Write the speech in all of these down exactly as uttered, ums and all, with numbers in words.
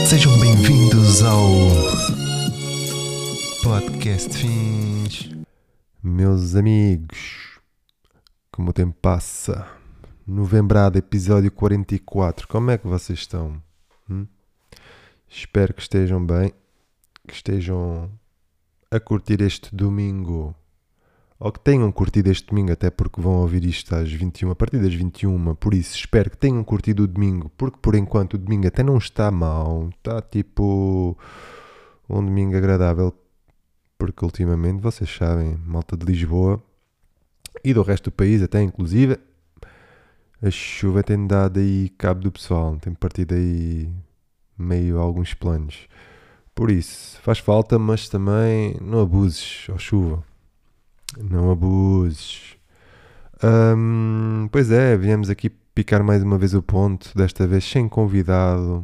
Sejam bem-vindos ao Podcast Fins. Meus amigos, como o tempo passa, novembrado, episódio quarenta e quatro, como é que vocês estão? Hum? Espero que estejam bem, que estejam a curtir este domingo, ou que tenham curtido este domingo, até porque vão ouvir isto às vinte e uma, a partir das vinte e uma, por isso espero que tenham curtido o domingo, porque por enquanto o domingo até não está mal, está tipo um domingo agradável, porque ultimamente, vocês sabem, malta de Lisboa e do resto do país até inclusive, a chuva tem dado aí cabo do pessoal, tem partido aí meio alguns planos, por isso faz falta, mas também não abuses, ó chuva. Não abuses. Hum, pois é, viemos aqui picar mais uma vez o ponto, desta vez sem convidado.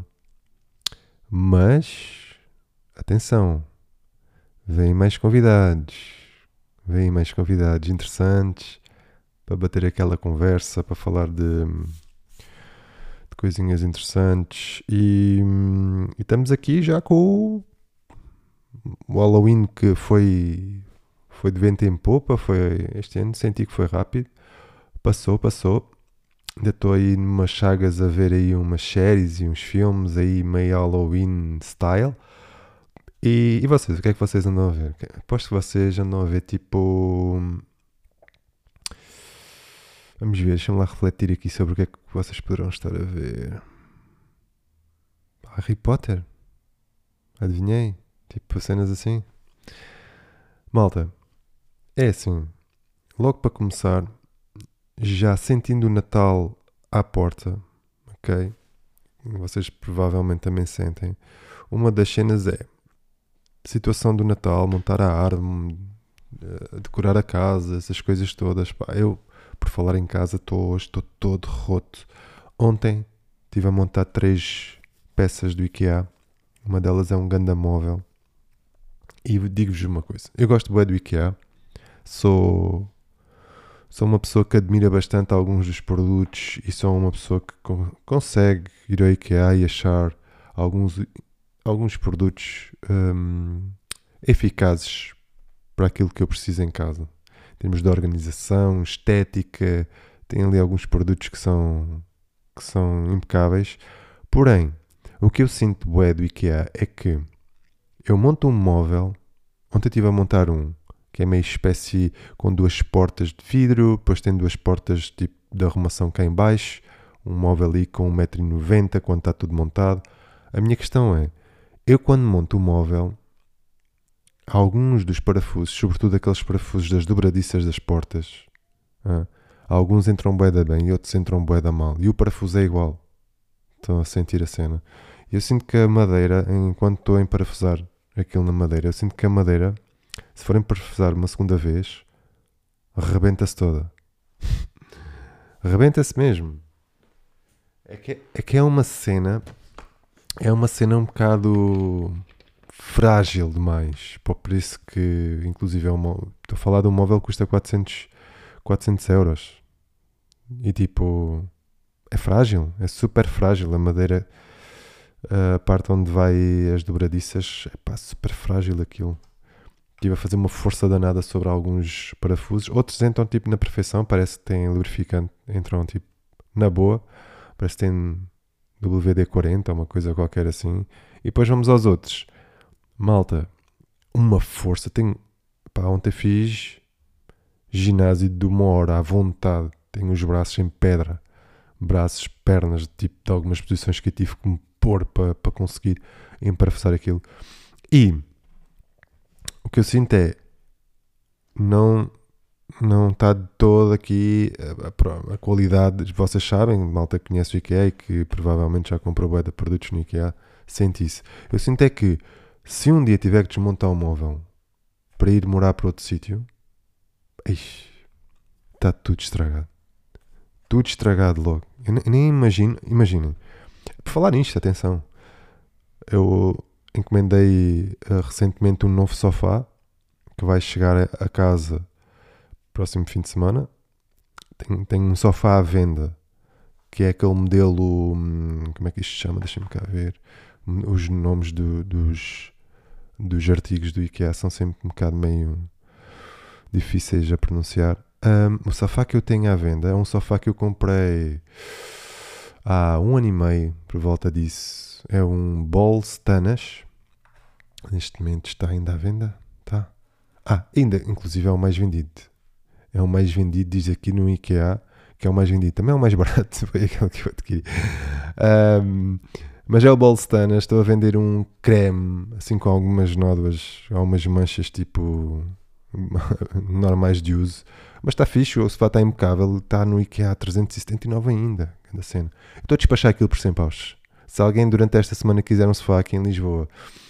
Mas, atenção, vêm mais convidados. Vêm mais convidados interessantes para bater aquela conversa, para falar de, de coisinhas interessantes. E, e estamos aqui já com o, o Halloween que foi... Foi de vento em popa, foi este ano, senti que foi rápido. Passou, passou. Ainda estou aí numas chagas a ver aí umas séries e uns filmes aí meio Halloween style. E, e vocês, o que é que vocês andam a ver? Aposto que vocês andam a ver tipo... Vamos ver, deixa-me lá refletir aqui sobre o que é que vocês poderão estar a ver. Harry Potter? Adivinhei? Tipo cenas assim? Malta. É assim, logo para começar, já sentindo o Natal à porta, ok? Vocês provavelmente também sentem. Uma das cenas é a situação do Natal, montar a árvore, decorar a casa, essas coisas todas. Pá, eu, por falar em casa, estou hoje estou todo roto. Ontem estive a montar três peças do IKEA. Uma delas é um ganda móvel. E digo-vos uma coisa, eu gosto bem do IKEA. Sou, sou uma pessoa que admira bastante alguns dos produtos e sou uma pessoa que con- consegue ir ao IKEA e achar alguns, alguns produtos hum, eficazes para aquilo que eu preciso em casa. Em termos de organização, estética, tem ali alguns produtos que são, que são impecáveis. Porém, o que eu sinto bué do IKEA é que eu monto um móvel, ontem estive a montar um, que é meio espécie com duas portas de vidro, depois tem duas portas tipo de arrumação cá em baixo, um móvel ali com um metro e noventa quando está tudo montado. A minha questão é, eu quando monto o móvel, alguns dos parafusos, sobretudo aqueles parafusos das dobradiças das portas, ah, alguns entram bué da bem e outros entram bué da mal. E o parafuso é igual. Estão a sentir a cena. Eu sinto que a madeira, enquanto estou a emparafusar aquilo na madeira, eu sinto que a madeira, se forem parafusar uma segunda vez, rebenta-se toda. Rebenta-se mesmo. É que, é que é uma cena, é uma cena um bocado frágil demais. Por isso que, inclusive, é uma, estou a falar de um móvel que custa quatrocentos, quatrocentos euros. E tipo, é frágil, é super frágil. A madeira, a parte onde vai as dobradiças, é pá, super frágil aquilo. Estive a fazer uma força danada sobre alguns parafusos. Outros entram tipo na perfeição, parece que têm lubrificante, entram tipo na boa, parece que tem W D quarenta ou uma coisa qualquer assim. E depois vamos aos outros. Malta, uma força. Tenho, pá, ontem fiz ginásio de uma hora à vontade. Tenho os braços em pedra, braços, pernas, tipo de algumas posições que eu tive que me pôr para pa conseguir emparafusar aquilo. E o que eu sinto é, não não está de todo aqui a, a, a qualidade, vocês sabem, malta que conhece o IKEA e que provavelmente já comprou bué de produtos no IKEA, sente isso. Eu sinto é que, se um dia tiver que desmontar um móvel para ir morar para outro sítio, está tudo estragado. Tudo estragado logo. Eu nem, nem imagino, imaginem. Por falar nisto, atenção, eu encomendei uh, recentemente um novo sofá que vai chegar a, a casa próximo fim de semana. Tenho, tenho um sofá à venda que é aquele modelo, hum, como é que isto se chama? Deixa-me cá ver. Os nomes do, dos, dos artigos do IKEA são sempre um bocado meio difíceis a pronunciar. Um, o sofá que eu tenho à venda é um sofá que eu comprei há um ano e meio, por volta disso. É um Ball Stanas. Neste momento está ainda à venda. Tá? Ah, ainda, inclusive é o mais vendido. É o mais vendido, diz aqui no IKEA, que é o mais vendido. Também é o mais barato, foi aquele que eu adquiri. Um, mas é o Ball Stanas. Estou a vender um creme, assim com algumas nódoas, algumas manchas tipo normais de uso. Mas está fixe, o sofá está impecável. Está no IKEA a trezentos e setenta e nove ainda. Grande cena. Estou a despachar aquilo por cem paus. Se alguém durante esta semana quiser um sofá aqui em Lisboa,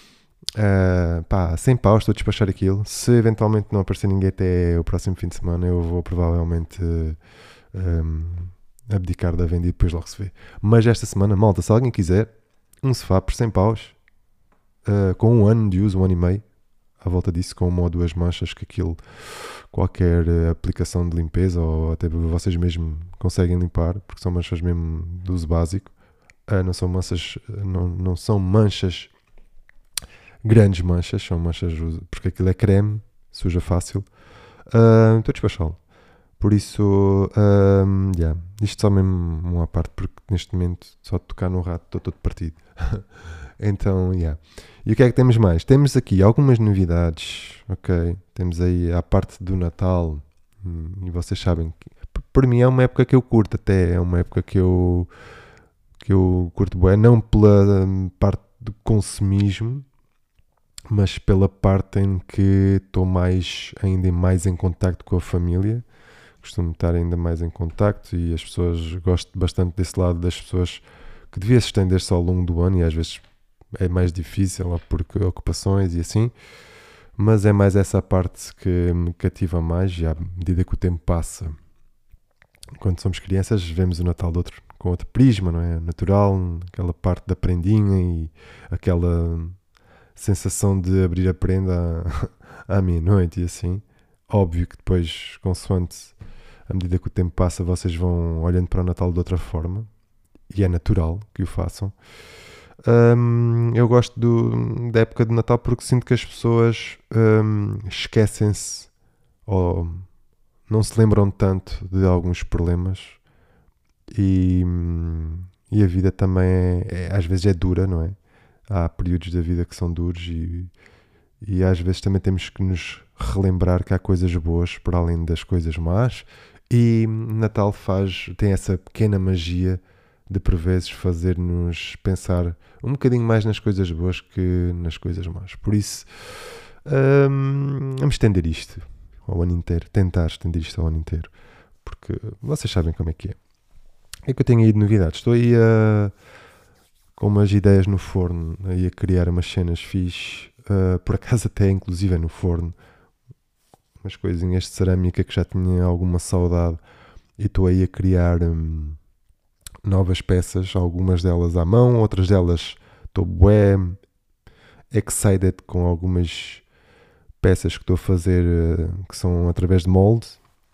uh, pá, cem paus, estou a despachar aquilo. Se eventualmente não aparecer ninguém até o próximo fim de semana, eu vou provavelmente uh, um, abdicar da venda e depois logo se vê. Mas esta semana, malta, se alguém quiser um sofá por cem paus, uh, com um ano de uso, um ano e meio, à volta disso, com uma ou duas manchas, que aquilo, qualquer uh, aplicação de limpeza, ou até vocês mesmo conseguem limpar, porque são manchas mesmo de uso básico. Uh, não são manchas, não, não são manchas, grandes manchas, são manchas, porque aquilo é creme, suja fácil. Uh, estou a despachá-lo. Por isso, um, yeah, isto só mesmo uma à parte, porque neste momento, só de tocar no rato, estou todo partido. Então, yeah. E o que é que temos mais? Temos aqui algumas novidades, ok? Temos aí a parte do Natal, hum, e vocês sabem que, para mim, é uma época que eu curto até, é uma época que eu, que eu curto bem, não pela hum, parte do consumismo, mas pela parte em que estou mais, ainda mais em contacto com a família. Costumo estar ainda mais em contacto e as pessoas, gosto bastante desse lado das pessoas, que devia se estender-se ao longo do ano e às vezes é mais difícil porque ocupações e assim, mas é mais essa parte que me cativa mais, e à medida que o tempo passa, quando somos crianças vemos o Natal de outro, com outro prisma, não é? Natural, aquela parte da prendinha e aquela sensação de abrir a prenda à, à meia-noite e assim. Óbvio que depois, consoante, à medida que o tempo passa, vocês vão olhando para o Natal de outra forma, e é natural que o façam. Um, eu gosto do, da época de Natal porque sinto que as pessoas um, esquecem-se ou não se lembram tanto de alguns problemas, e, e a vida também é, é, às vezes é dura, não é? Há períodos da vida que são duros e, e às vezes também temos que nos relembrar que há coisas boas para além das coisas más, e Natal faz, tem essa pequena magia de por vezes fazer-nos pensar um bocadinho mais nas coisas boas que nas coisas más. Por isso, hum, vamos estender isto ao ano inteiro, tentar estender isto ao ano inteiro, porque vocês sabem como é que é. É que eu tenho aí de novidades. Estou aí a, com umas ideias no forno, aí a criar umas cenas fixe, uh, por acaso até inclusive é no forno, umas coisinhas de cerâmica que já tinha alguma saudade, e estou aí a criar hum, novas peças, algumas delas à mão, outras delas estou bué excited com algumas peças que estou a fazer, uh, que são através de molde,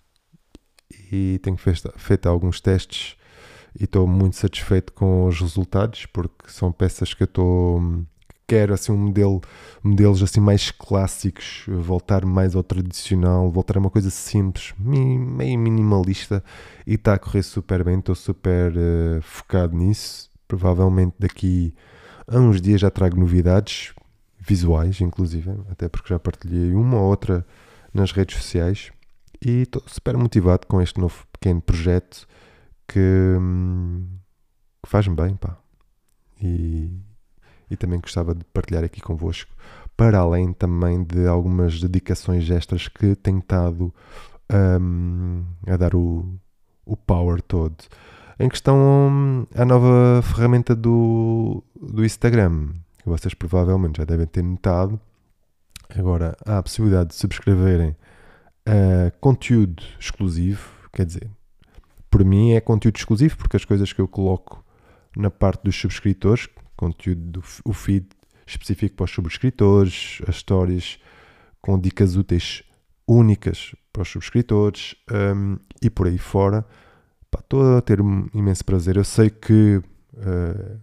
e tenho feito, feito alguns testes e estou muito satisfeito com os resultados, porque são peças que eu estou, quero assim um modelo, modelos assim mais clássicos, voltar mais ao tradicional, voltar a uma coisa simples, meio minimalista, e está a correr super bem, estou super uh, focado nisso. Provavelmente daqui a uns dias já trago novidades visuais, inclusive, até porque já partilhei uma ou outra nas redes sociais, e estou super motivado com este novo pequeno projeto que, hum, que faz-me bem, pá. E, e também gostava de partilhar aqui convosco, para além também de algumas dedicações extras que tenho estado um, a dar o, o power todo. Em questão hum, a nova ferramenta do, do Instagram, que vocês provavelmente já devem ter notado. Agora há a possibilidade de subscreverem uh, conteúdo exclusivo, quer dizer, por mim é conteúdo exclusivo, porque as coisas que eu coloco na parte dos subscritores, conteúdo do o feed específico para os subscritores, as histórias com dicas úteis únicas para os subscritores, um, e por aí fora, estou a ter um imenso prazer. Eu sei que uh,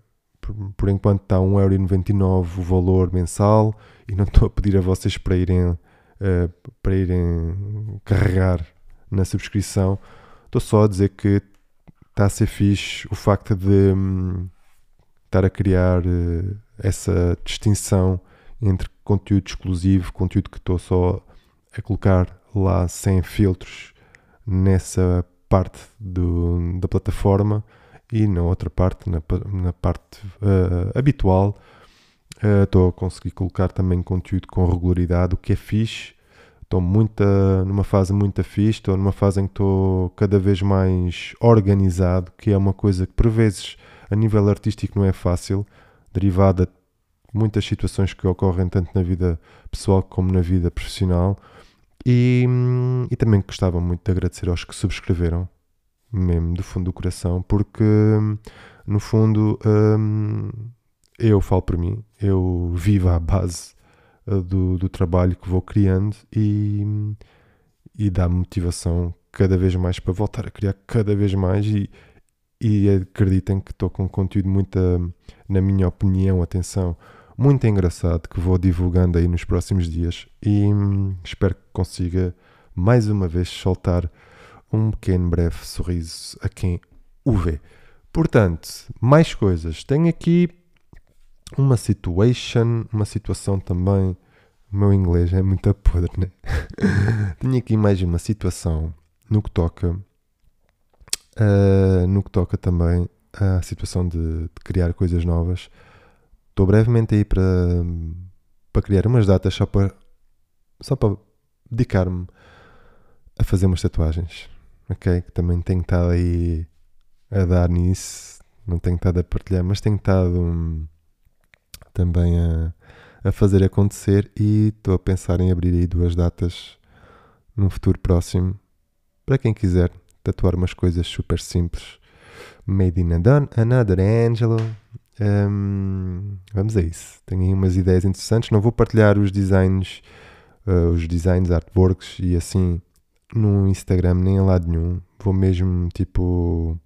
Por, por enquanto está um euro e noventa e nove o valor mensal e não estou a pedir a vocês para irem, uh, para irem carregar na subscrição. Estou só a dizer que está a ser fixe o facto de hum, estar a criar uh, essa distinção entre conteúdo exclusivo, conteúdo que estou só a colocar lá sem filtros nessa parte do, da plataforma, e na outra parte, na, na parte uh, habitual, estou uh, a conseguir colocar também conteúdo com regularidade, o que é fixe. Estou muita, numa fase muito fixe, estou numa fase em que estou cada vez mais organizado, que é uma coisa que por vezes a nível artístico não é fácil, derivada de muitas situações que ocorrem tanto na vida pessoal como na vida profissional. E, e também gostava muito de agradecer aos que subscreveram, mesmo do fundo do coração, porque no fundo hum, eu falo por mim, eu vivo à base uh, do, do trabalho que vou criando e, e dá motivação cada vez mais para voltar a criar cada vez mais, e, e acreditem que estou com conteúdo muito, na minha opinião, atenção, muito engraçado, que vou divulgando aí nos próximos dias, e hum, espero que consiga mais uma vez soltar um pequeno breve sorriso a quem o vê. Portanto, mais coisas. Tenho aqui uma situation, uma situação também. O meu inglês é muito podre, né? Tenho aqui mais uma situação no que toca, uh, no que toca também à situação de, de criar coisas novas. Estou brevemente aí para, para criar umas datas só para, só para dedicar-me a fazer umas tatuagens. Ok? Que também tenho estado aí a dar nisso, não tenho estado a partilhar, mas tenho estado um, também a, a fazer acontecer, e estou a pensar em abrir aí duas datas num futuro próximo para quem quiser tatuar umas coisas super simples, made in another Angelo. Um, vamos a isso. Tenho aí umas ideias interessantes. Não vou partilhar os designs, uh, os designs, artworks e assim no Instagram nem em lado nenhum. Vou mesmo tipo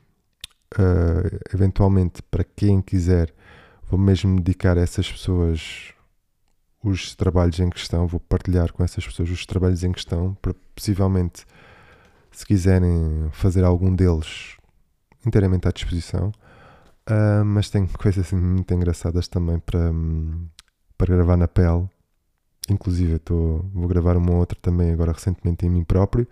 uh, eventualmente, para quem quiser, vou mesmo dedicar a essas pessoas os trabalhos em questão. Vou partilhar com essas pessoas os trabalhos em questão, para possivelmente, se quiserem fazer algum deles, inteiramente à disposição. Uh, mas tenho coisas assim muito engraçadas também para, para gravar na pele. Inclusive eu tô, vou gravar uma outra também agora recentemente em mim próprio.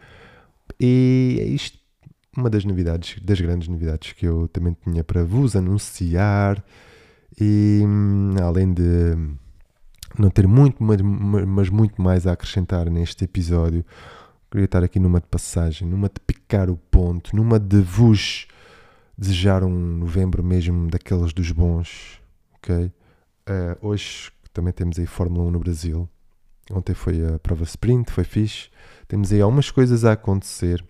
E é isto, uma das novidades, das grandes novidades que eu também tinha para vos anunciar. E além de não ter muito, mas, mas muito mais a acrescentar neste episódio, queria estar aqui numa de passagem, numa de picar o ponto, numa de vos desejar um novembro mesmo daqueles dos bons, ok? Uh, hoje também temos aí Fórmula um no Brasil. Ontem foi a prova sprint, foi fixe. Temos aí algumas coisas a acontecer,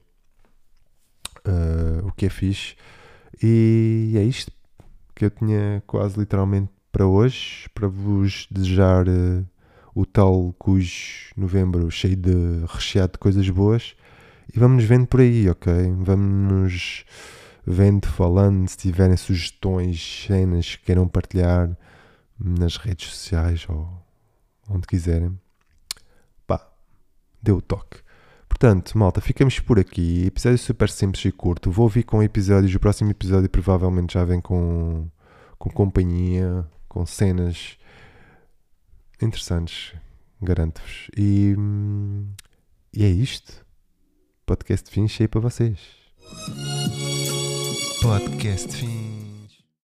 uh, o que é fixe. E é isto que eu tinha quase literalmente para hoje, para vos desejar uh, o tal cujo novembro cheio de, recheado de coisas boas. E vamos nos vendo por aí, ok? Vamos nos vendo, falando, se tiverem sugestões, cenas que queiram partilhar nas redes sociais ou onde quiserem, pá, dê o toque. Portanto, malta, ficamos por aqui. Episódio super simples e curto. Vou vir com episódios. O próximo episódio provavelmente já vem com, com companhia, com cenas interessantes, garanto-vos. E, e é isto. Podcast fim cheio para vocês. Podcast fim.